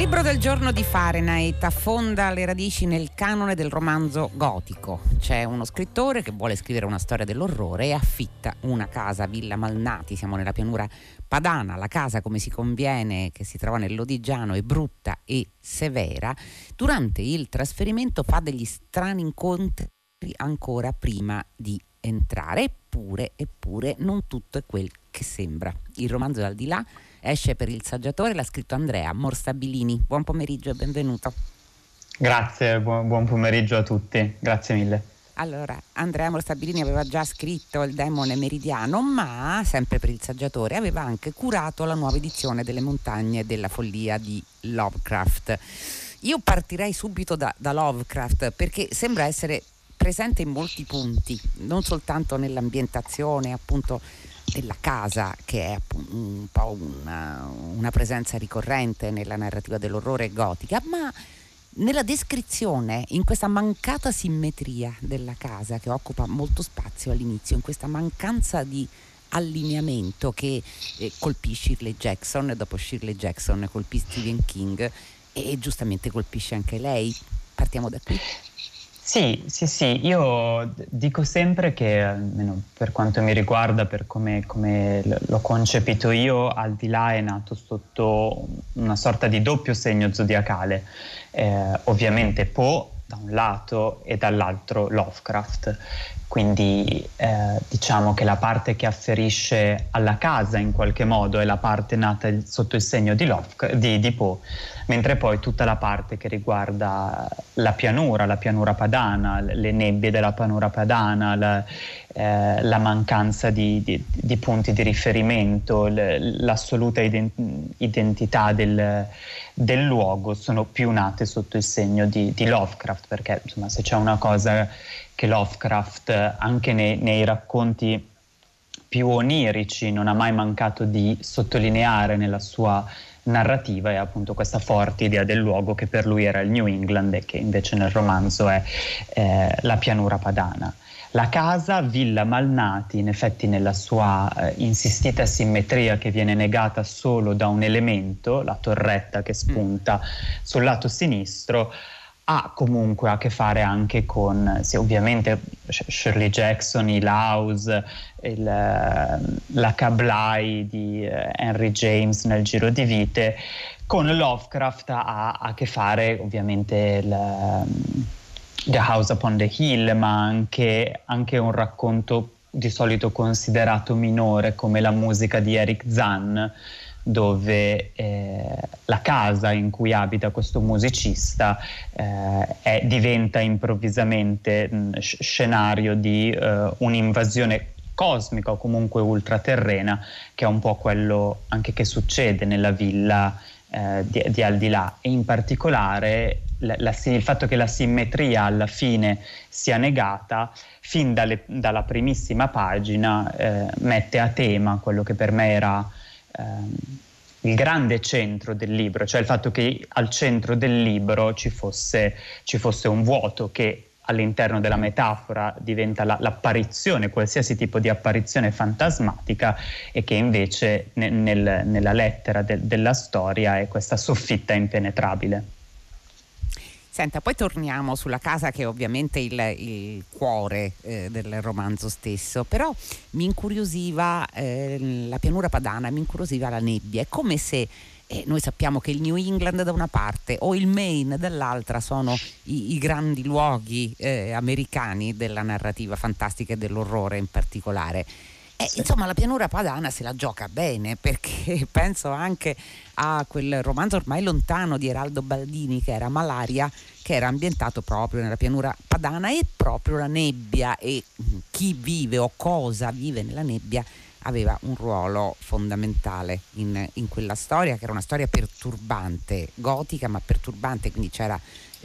libro del giorno di Fahrenheit affonda le radici nel canone del romanzo gotico. C'è uno scrittore che vuole scrivere una storia dell'orrore e affitta una casa a Villa Malnati, siamo nella pianura padana. La casa, come si conviene, che si trova nel Lodigiano, è brutta e severa. Durante il trasferimento fa degli strani incontri ancora prima di entrare, eppure non tutto è quel che sembra. Il romanzo Dal di là esce per Il Saggiatore, l'ha scritto Andrea Morstabilini. Buon pomeriggio e benvenuto. Grazie, buon pomeriggio a tutti, grazie mille. Allora, Andrea Morstabilini aveva già scritto Il demone meridiano, ma sempre per Il Saggiatore aveva anche curato la nuova edizione delle Montagne della follia di Lovecraft. Io partirei subito da Lovecraft, perché sembra essere presente in molti punti, non soltanto nell'ambientazione appunto della casa, che è un po' una presenza ricorrente nella narrativa dell'orrore gotica, ma nella descrizione, in questa mancata simmetria della casa che occupa molto spazio all'inizio, in questa mancanza di allineamento che colpì Shirley Jackson, e dopo Shirley Jackson colpì Stephen King e giustamente colpisce anche lei. Partiamo da qui. Sì, io dico sempre che, almeno per quanto mi riguarda, per come l'ho concepito io, Al di là è nato sotto una sorta di doppio segno zodiacale. Ovviamente Poe da un lato e dall'altro Lovecraft. Quindi diciamo che la parte che afferisce alla casa in qualche modo è la parte nata sotto il segno di Poe, mentre poi tutta la parte che riguarda la pianura padana, le nebbie della pianura padana, la mancanza di punti di riferimento, l'assoluta identità del luogo sono più nate sotto il segno di Lovecraft, perché insomma, se c'è una cosa che Lovecraft anche nei racconti più onirici non ha mai mancato di sottolineare nella sua narrativa è appunto questa forte idea del luogo che per lui era il New England e che invece nel romanzo è la pianura padana. La casa, Villa Malnati, in effetti nella sua insistita simmetria che viene negata solo da un elemento, la torretta che spunta sul lato sinistro, ha comunque a che fare anche con, sì, ovviamente Shirley Jackson, Hill House, la Cablai di Henry James nel Giro di Vite. Con Lovecraft ha a che fare ovviamente The House Upon the Hill, ma anche un racconto di solito considerato minore come La musica di Eric Zahn, dove la casa in cui abita questo musicista diventa improvvisamente scenario di un'invasione cosmica o comunque ultraterrena, che è un po' quello anche che succede nella villa di Al di là, e in particolare il fatto che la simmetria alla fine sia negata fin dalla primissima pagina mette a tema quello che per me era il grande centro del libro, cioè il fatto che al centro del libro ci fosse un vuoto che all'interno della metafora diventa l'apparizione, qualsiasi tipo di apparizione fantasmatica, e che invece nella lettera della storia è questa soffitta impenetrabile. Senta, poi torniamo sulla casa, che è ovviamente il cuore del romanzo stesso, però mi incuriosiva la pianura padana, mi incuriosiva la nebbia. È come se noi sappiamo che il New England da una parte o il Maine dall'altra sono i grandi luoghi americani della narrativa fantastica e dell'orrore in particolare. Insomma, la pianura padana se la gioca bene, perché penso anche a quel romanzo ormai lontano di Eraldo Baldini che era Malaria, che era ambientato proprio nella pianura padana, e proprio la nebbia e chi vive o cosa vive nella nebbia aveva un ruolo fondamentale in quella storia, che era una storia perturbante, gotica ma perturbante, quindi c'era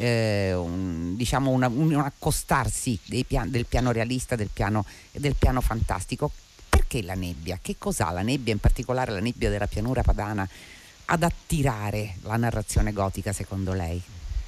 un accostarsi del piano realista, del piano fantastico. Perché la nebbia? Che cos'ha la nebbia, in particolare la nebbia della pianura padana, ad attirare la narrazione gotica, secondo lei?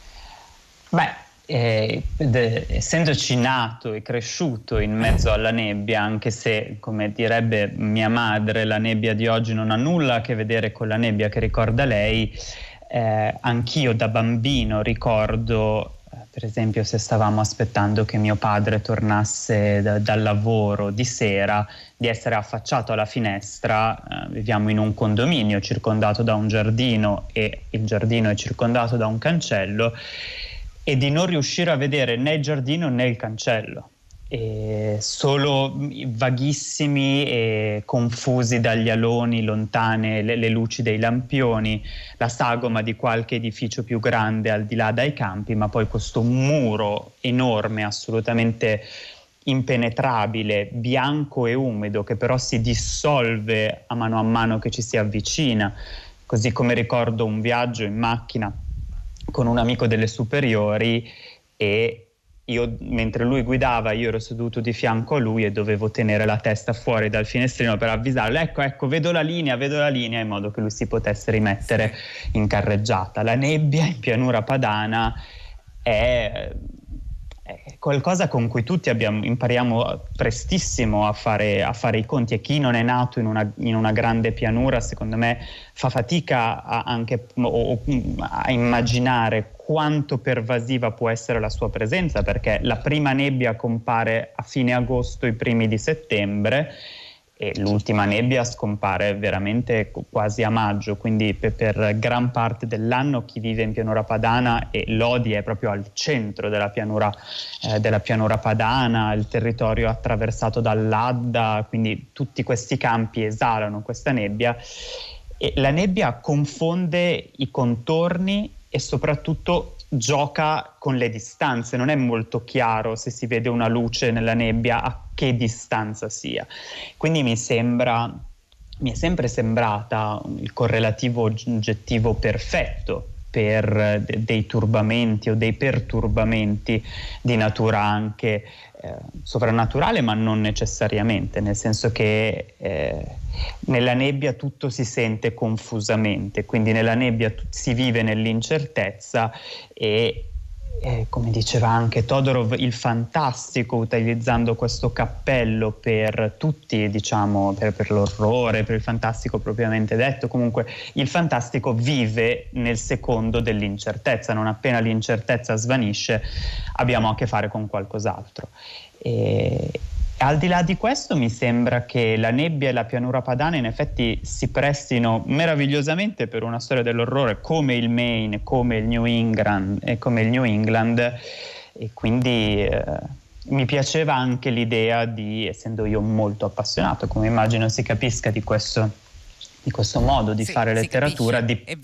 Essendoci nato e cresciuto in mezzo alla nebbia, anche se, come direbbe mia madre, la nebbia di oggi non ha nulla a che vedere con la nebbia che ricorda lei, anch'io da bambino ricordo, per esempio, se stavamo aspettando che mio padre tornasse dal lavoro di sera, di essere affacciato alla finestra. Viviamo in un condominio circondato da un giardino e il giardino è circondato da un cancello, e di non riuscire a vedere né il giardino né il cancello. E solo vaghissimi e confusi dagli aloni lontane le luci dei lampioni, la sagoma di qualche edificio più grande al di là dai campi, ma poi questo muro enorme, assolutamente impenetrabile, bianco e umido, che però si dissolve a mano che ci si avvicina. Così come ricordo un viaggio in macchina con un amico delle superiori, e io, mentre lui guidava, io ero seduto di fianco a lui e dovevo tenere la testa fuori dal finestrino per avvisarlo: ecco, vedo la linea, in modo che lui si potesse rimettere in carreggiata. La nebbia in pianura padana è qualcosa con cui tutti impariamo prestissimo a fare i conti, e chi non è nato in una grande pianura, secondo me, fa fatica a immaginare quanto pervasiva può essere la sua presenza, perché la prima nebbia compare a fine agosto, i primi di settembre, e l'ultima nebbia scompare veramente quasi a maggio, quindi per gran parte dell'anno chi vive in pianura padana, e Lodi è proprio al centro della pianura padana, il territorio attraversato dall'Adda, quindi tutti questi campi esalano questa nebbia, e la nebbia confonde i contorni e soprattutto gioca con le distanze. Non è molto chiaro, se si vede una luce nella nebbia, a che distanza sia. Quindi mi è sempre sembrata il correlativo oggettivo perfetto per dei turbamenti o dei perturbamenti di natura anche sovrannaturale, ma non necessariamente, nel senso che nella nebbia tutto si sente confusamente, quindi nella nebbia si vive nell'incertezza, e come diceva anche Todorov, il fantastico, utilizzando questo cappello per tutti, diciamo, per l'orrore, per il fantastico propriamente detto, comunque il fantastico vive nel secondo dell'incertezza. Non appena l'incertezza svanisce, abbiamo a che fare con qualcos'altro. E al di là di questo, mi sembra che la nebbia e la pianura padana in effetti si prestino meravigliosamente per una storia dell'orrore, come il Maine, come il New England, e quindi mi piaceva anche l'idea di, essendo io molto appassionato, come immagino si capisca, di questo modo di fare letteratura,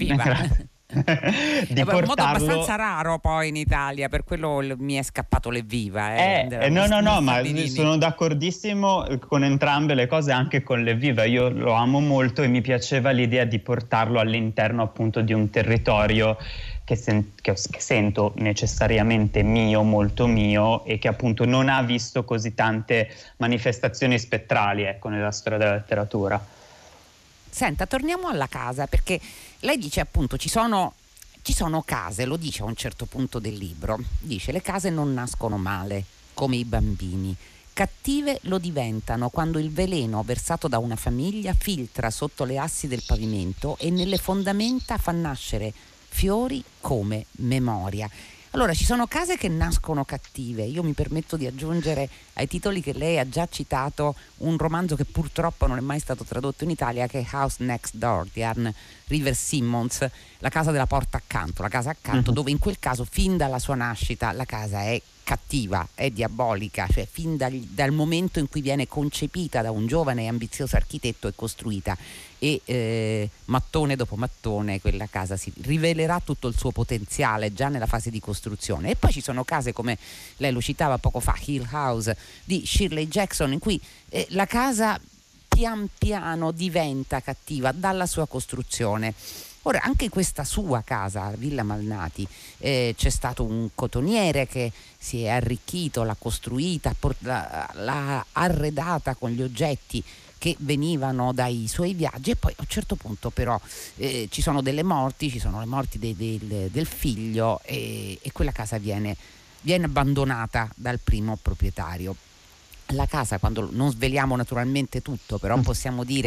è un modo abbastanza raro poi in Italia, per quello mi è scappato l'Evviva. No, ma sono d'accordissimo con entrambe le cose, anche con l'Evviva. Io lo amo molto e mi piaceva l'idea di portarlo all'interno appunto di un territorio che sento necessariamente mio, molto mio, e che appunto non ha visto così tante manifestazioni spettrali, ecco, nella storia della letteratura. Senta, torniamo alla casa, perché lei dice appunto ci sono case, lo dice a un certo punto del libro, dice: le case non nascono male, come i bambini. Cattive lo diventano quando il veleno versato da una famiglia filtra sotto le assi del pavimento e nelle fondamenta fa nascere fiori come memoria. Allora, ci sono case che nascono cattive. Io mi permetto di aggiungere ai titoli che lei ha già citato un romanzo che purtroppo non è mai stato tradotto in Italia, che è House Next Door di Anne River Simmons, la casa della porta accanto, la casa accanto, dove in quel caso fin dalla sua nascita la casa è cattiva, è diabolica, cioè fin dal momento in cui viene concepita da un giovane e ambizioso architetto e costruita, e mattone dopo mattone quella casa si rivelerà tutto il suo potenziale già nella fase di costruzione. E poi ci sono case, come lei lo citava poco fa, Hill House di Shirley Jackson, in cui la casa pian piano diventa cattiva dalla sua costruzione. Ora, anche questa sua casa, Villa Malnati, c'è stato un cotoniere che si è arricchito, l'ha costruita, l'ha arredata con gli oggetti che venivano dai suoi viaggi, e poi a un certo punto però ci sono le morti del figlio, e quella casa viene abbandonata dal primo proprietario. La casa, quando non sveliamo naturalmente tutto, però possiamo dire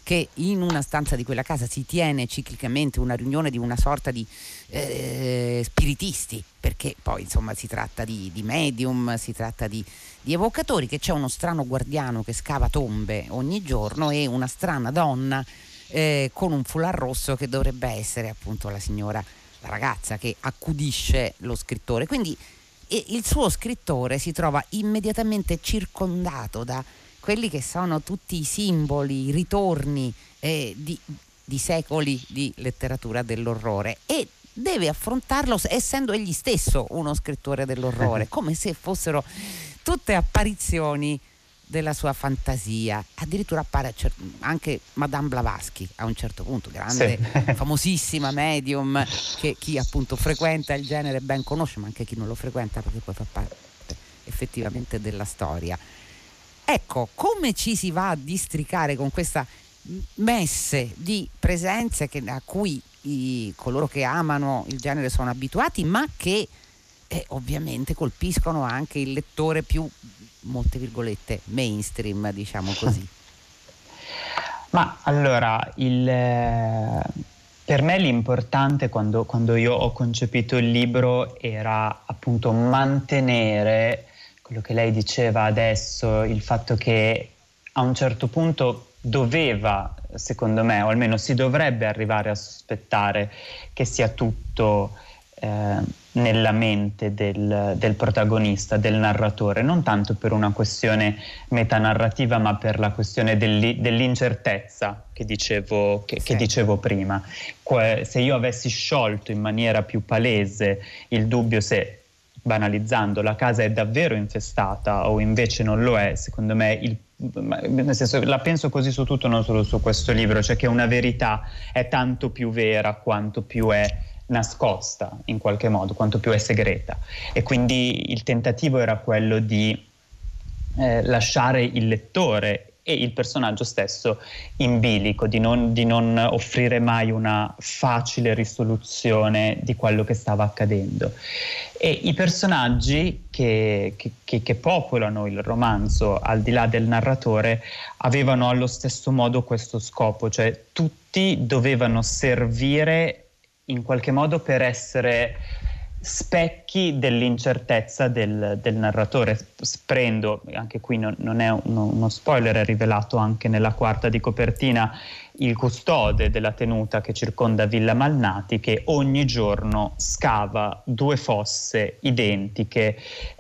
che in una stanza di quella casa si tiene ciclicamente una riunione di una sorta di spiritisti, perché poi insomma si tratta di medium, si tratta di evocatori, che c'è uno strano guardiano che scava tombe ogni giorno e una strana donna con un foulard rosso che dovrebbe essere appunto la ragazza che accudisce lo scrittore. Quindi il suo scrittore si trova immediatamente circondato da quelli che sono tutti i simboli, i ritorni di secoli di letteratura dell'orrore, e deve affrontarlo essendo egli stesso uno scrittore dell'orrore, come se fossero tutte apparizioni della sua fantasia. Addirittura appare anche Madame Blavatsky a un certo punto, grande, famosissima medium, che chi appunto frequenta il genere ben conosce, ma anche chi non lo frequenta, perché poi fa parte effettivamente della storia. Ecco, come ci si va a districare con questa messe di presenze a cui coloro che amano il genere sono abituati, ma che ovviamente colpiscono anche il lettore più, molte virgolette, mainstream, diciamo così. Ma allora, per me l'importante quando io ho concepito il libro era appunto mantenere quello che lei diceva adesso, il fatto che a un certo punto doveva, secondo me, o almeno si dovrebbe arrivare a sospettare che sia tutto nella mente del protagonista, del narratore, non tanto per una questione metanarrativa, ma per la questione dell'incertezza che dicevo prima. Se io avessi sciolto in maniera più palese il dubbio se, banalizzando, la casa è davvero infestata o invece non lo è, secondo me nel senso, la penso così su tutto, non solo su questo libro, cioè che una verità è tanto più vera quanto più è nascosta in qualche modo, quanto più è segreta, e quindi il tentativo era quello di lasciare il lettore e il personaggio stesso in bilico, di non offrire mai una facile risoluzione di quello che stava accadendo. E i personaggi che popolano il romanzo, al di là del narratore, avevano allo stesso modo questo scopo, cioè tutti dovevano servire in qualche modo per essere specchi dell'incertezza del narratore. Prendo, anche qui non è uno spoiler, è rivelato anche nella quarta di copertina, il custode della tenuta che circonda Villa Malnati, che ogni giorno scava 2 fosse identiche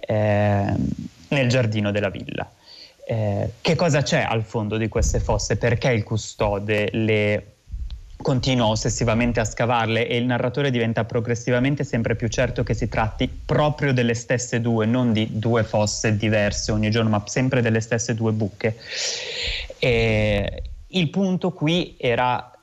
nel giardino della villa. Che cosa c'è al fondo di queste fosse? Perché il custode le continua ossessivamente a scavarle e il narratore diventa progressivamente sempre più certo che si tratti proprio delle stesse 2, non di 2 fosse diverse ogni giorno, ma sempre delle stesse 2 buche. E il punto qui era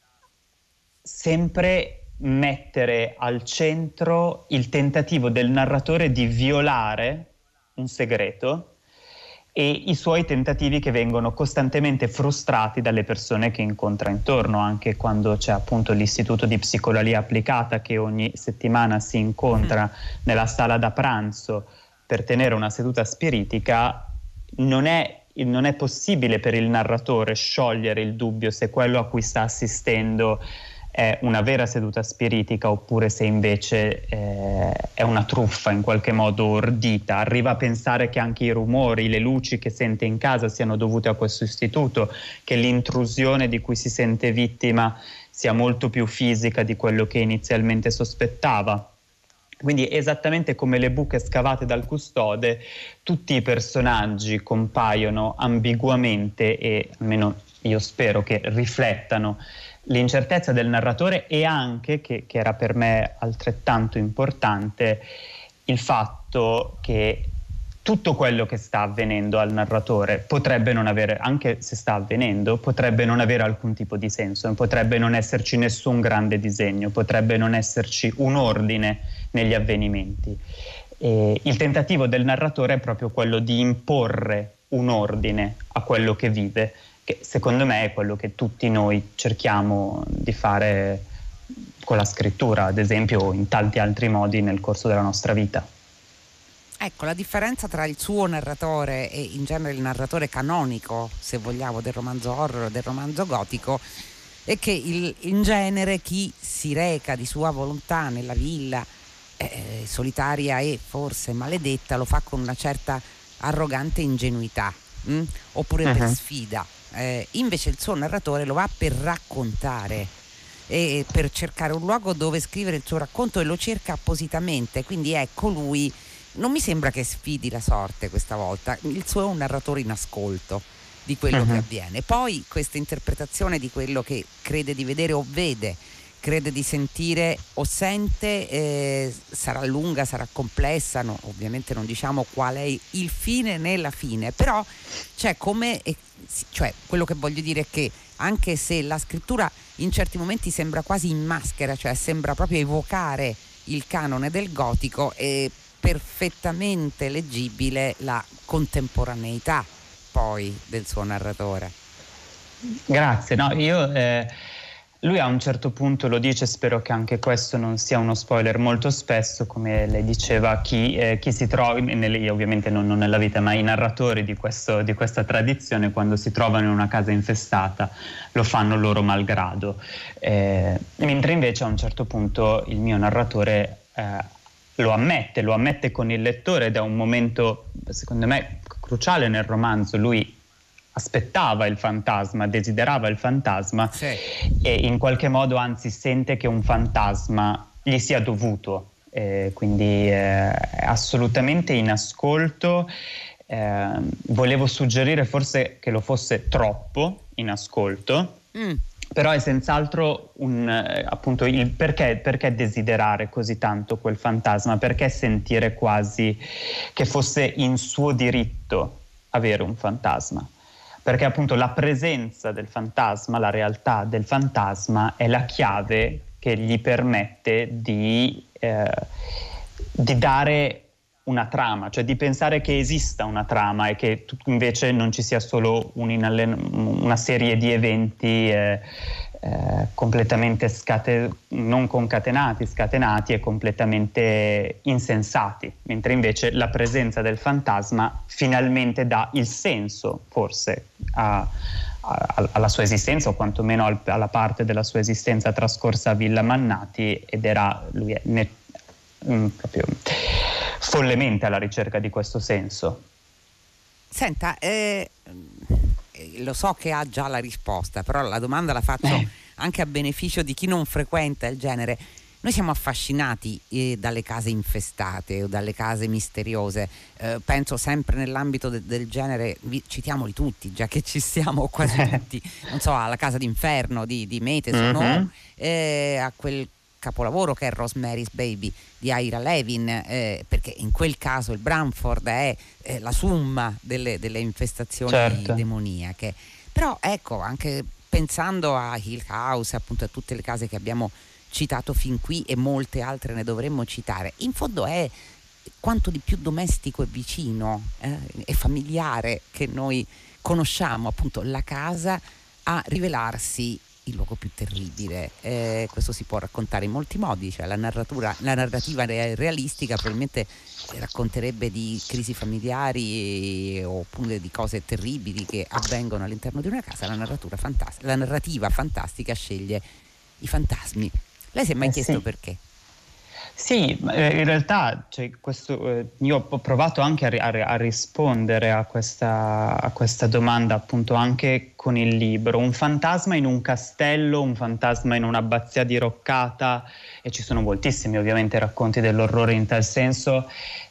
sempre mettere al centro il tentativo del narratore di violare un segreto e i suoi tentativi che vengono costantemente frustrati dalle persone che incontra intorno, anche quando c'è appunto l'istituto di psicologia applicata che ogni settimana si incontra nella sala da pranzo per tenere una seduta spiritica. Non è possibile per il narratore sciogliere il dubbio se quello a cui sta assistendo è una vera seduta spiritica oppure se invece è una truffa in qualche modo ordita. Arriva a pensare che anche i rumori, le luci che sente in casa siano dovute a questo istituto, che l'intrusione di cui si sente vittima sia molto più fisica di quello che inizialmente sospettava. Quindi esattamente come le buche scavate dal custode, tutti i personaggi compaiono ambiguamente e almeno io spero che riflettano l'incertezza del narratore e anche, che era per me altrettanto importante, il fatto che tutto quello che sta avvenendo al narratore potrebbe non avere, anche se sta avvenendo, potrebbe non avere alcun tipo di senso, potrebbe non esserci nessun grande disegno, potrebbe non esserci un ordine negli avvenimenti. E il tentativo del narratore è proprio quello di imporre un ordine a quello che vive, che secondo me è quello che tutti noi cerchiamo di fare con la scrittura, ad esempio, o in tanti altri modi nel corso della nostra vita. Ecco, la differenza tra il suo narratore e in genere il narratore canonico, se vogliamo, del romanzo horror, del romanzo gotico, è che in genere chi si reca di sua volontà nella villa solitaria e forse maledetta lo fa con una certa arrogante ingenuità, oppure per sfida. Invece il suo narratore lo va per raccontare e per cercare un luogo dove scrivere il suo racconto, e lo cerca appositamente, quindi ecco, lui non mi sembra che sfidi la sorte questa volta. Il suo è un narratore in ascolto di quello che avviene. Poi questa interpretazione di quello che crede di vedere o vede, crede di sentire o sente, sarà lunga, sarà complessa, no, ovviamente non diciamo qual è il fine né la fine, però c'è come, cioè quello che voglio dire è che anche se la scrittura in certi momenti sembra quasi in maschera, cioè sembra proprio evocare il canone del gotico, è perfettamente leggibile la contemporaneità poi del suo narratore. Grazie, no, lui a un certo punto lo dice, spero che anche questo non sia uno spoiler, molto spesso, come lei diceva, chi si trova, io ovviamente non nella vita, ma i narratori di questa tradizione, quando si trovano in una casa infestata, lo fanno loro malgrado. Mentre invece a un certo punto il mio narratore lo ammette con il lettore, ed è un momento, secondo me, cruciale nel romanzo. Lui aspettava il fantasma, desiderava il fantasma, sì, e in qualche modo anzi sente che un fantasma gli sia dovuto, quindi assolutamente in ascolto. Volevo suggerire forse che lo fosse troppo in ascolto, però è senz'altro appunto il perché desiderare così tanto quel fantasma, perché sentire quasi che fosse in suo diritto avere un fantasma. Perché appunto la presenza del fantasma, la realtà del fantasma è la chiave che gli permette di dare una trama, cioè di pensare che esista una trama e che invece non ci sia solo una serie di eventi completamente non concatenati, scatenati e completamente insensati, mentre invece la presenza del fantasma finalmente dà il senso, forse, alla sua esistenza, o quantomeno alla parte della sua esistenza trascorsa a Villa Mannati, ed lui è proprio follemente alla ricerca di questo senso. Senta, lo so che ha già la risposta, però la domanda la faccio anche a beneficio di chi non frequenta il genere. Noi siamo affascinati dalle case infestate o dalle case misteriose, penso sempre nell'ambito del genere, citiamoli tutti, già che ci siamo quasi tutti, non so, alla Casa d'Inferno di Mete, no? A quel capolavoro che è Rosemary's Baby di Ira Levin, perché in quel caso il Bramford è la summa delle infestazioni demoniache. Però ecco, anche pensando a Hill House, appunto a tutte le case che abbiamo citato fin qui e molte altre ne dovremmo citare, in fondo è quanto di più domestico e vicino e familiare che noi conosciamo appunto la casa a rivelarsi il luogo più terribile. Questo si può raccontare in molti modi, cioè la narrativa realistica probabilmente racconterebbe di crisi familiari oppure di cose terribili che avvengono all'interno di una casa. La narrativa fantastica sceglie i fantasmi. Lei si è mai chiesto perché? Sì, in realtà io ho provato anche a rispondere a questa domanda, appunto, anche con il libro. Un fantasma in un castello, un fantasma in un'abbazia diroccata, e ci sono moltissimi ovviamente racconti dell'orrore in tal senso.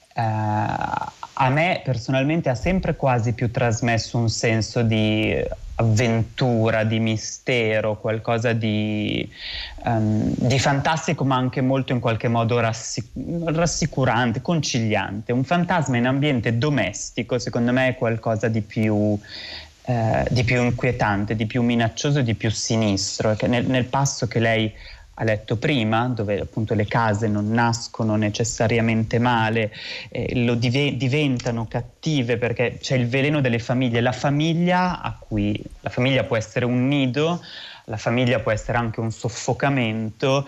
A me personalmente ha sempre quasi più trasmesso un senso di avventura, di mistero, qualcosa di fantastico, ma anche molto in qualche modo rassicurante, conciliante. Un fantasma in ambiente domestico secondo me è qualcosa di più inquietante, di più minaccioso, di più sinistro, che nel passo che lei ha letto prima, dove appunto le case non nascono necessariamente male, diventano cattive perché c'è il veleno delle famiglie. La famiglia può essere un nido, la famiglia può essere anche un soffocamento,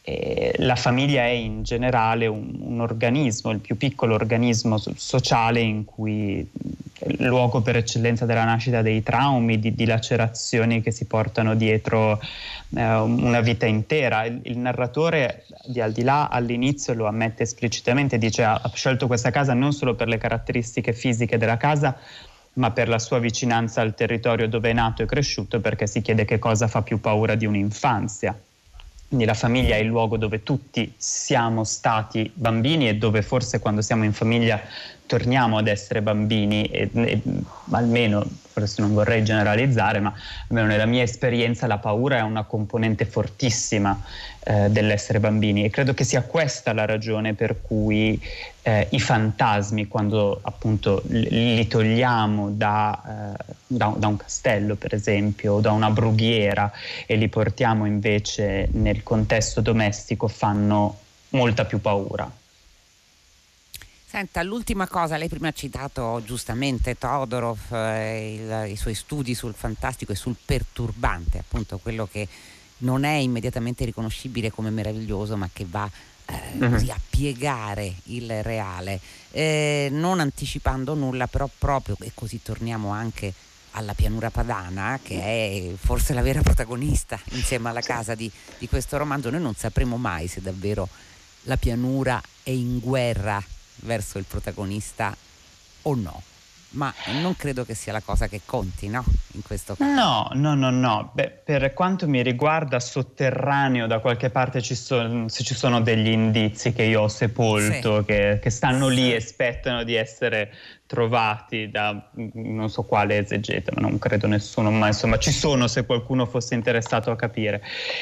la famiglia è in generale un organismo, il più piccolo organismo sociale in cui luogo per eccellenza della nascita dei traumi, di lacerazioni che si portano dietro una vita intera. Il narratore di Al di là all'inizio lo ammette esplicitamente, dice ha scelto questa casa non solo per le caratteristiche fisiche della casa, ma per la sua vicinanza al territorio dove è nato e cresciuto, perché si chiede che cosa fa più paura di un'infanzia. Quindi la famiglia è il luogo dove tutti siamo stati bambini e dove forse quando siamo in famiglia torniamo ad essere bambini e almeno, forse non vorrei generalizzare, ma almeno nella mia esperienza la paura è una componente fortissima dell'essere bambini, e credo che sia questa la ragione per cui i fantasmi, quando appunto li togliamo da un castello per esempio o da una brughiera e li portiamo invece nel contesto domestico, fanno molta più paura. Senta, l'ultima cosa, lei prima ha citato giustamente Todorov, i suoi studi sul fantastico e sul perturbante, appunto quello che non è immediatamente riconoscibile come meraviglioso, ma che va così a piegare il reale, non anticipando nulla, però proprio, e così torniamo anche alla pianura padana, che è forse la vera protagonista insieme alla casa di questo romanzo. Noi non sapremo mai se davvero la pianura è in guerra verso il protagonista o no, ma non credo che sia la cosa che conti, no? In questo caso. No. Beh, per quanto mi riguarda, sotterraneo da qualche parte se ci sono degli indizi che io ho sepolto, sì, che stanno lì e aspettano di essere trovati da non so quale esegeta, ma non credo nessuno, ma insomma ci sono, se qualcuno fosse interessato a capire.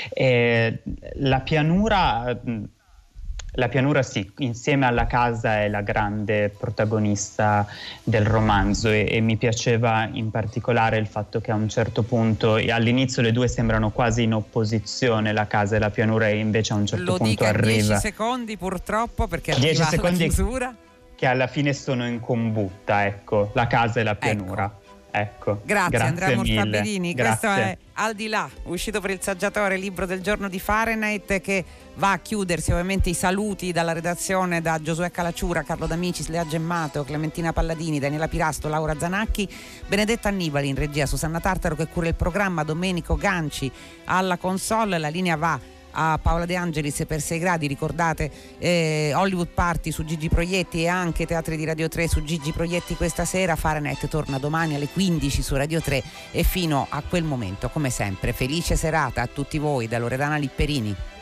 La pianura sì, insieme alla casa è la grande protagonista del romanzo, e mi piaceva in particolare il fatto che a un certo punto, all'inizio le due sembrano quasi in opposizione, la casa e la pianura, e invece a un certo punto arriva... Lo dica in 10 secondi purtroppo, perché arriva la chiusura. Che alla fine sono in combutta, ecco, la casa e la pianura. Ecco. Grazie Andrea Mortabilini. Grazie. Questo è Al di là, uscito per il Saggiatore, libro del giorno di Fahrenheit, che va a chiudersi. Ovviamente i saluti dalla redazione, da Giosuè Calacciura, Carlo D'Amicis, Lea Gemmato, Clementina Palladini, Daniela Pirasto, Laura Zanacchi, Benedetta Annibali in regia, Susanna Tartaro che cura il programma, Domenico Ganci alla console. La linea va a Paola De Angelis per 6 gradi. Ricordate Hollywood Party su Gigi Proietti e anche Teatri di Radio 3 su Gigi Proietti questa sera. Fahrenheit torna domani alle 15 su Radio 3, e fino a quel momento, come sempre, felice serata a tutti voi da Loredana Lipperini.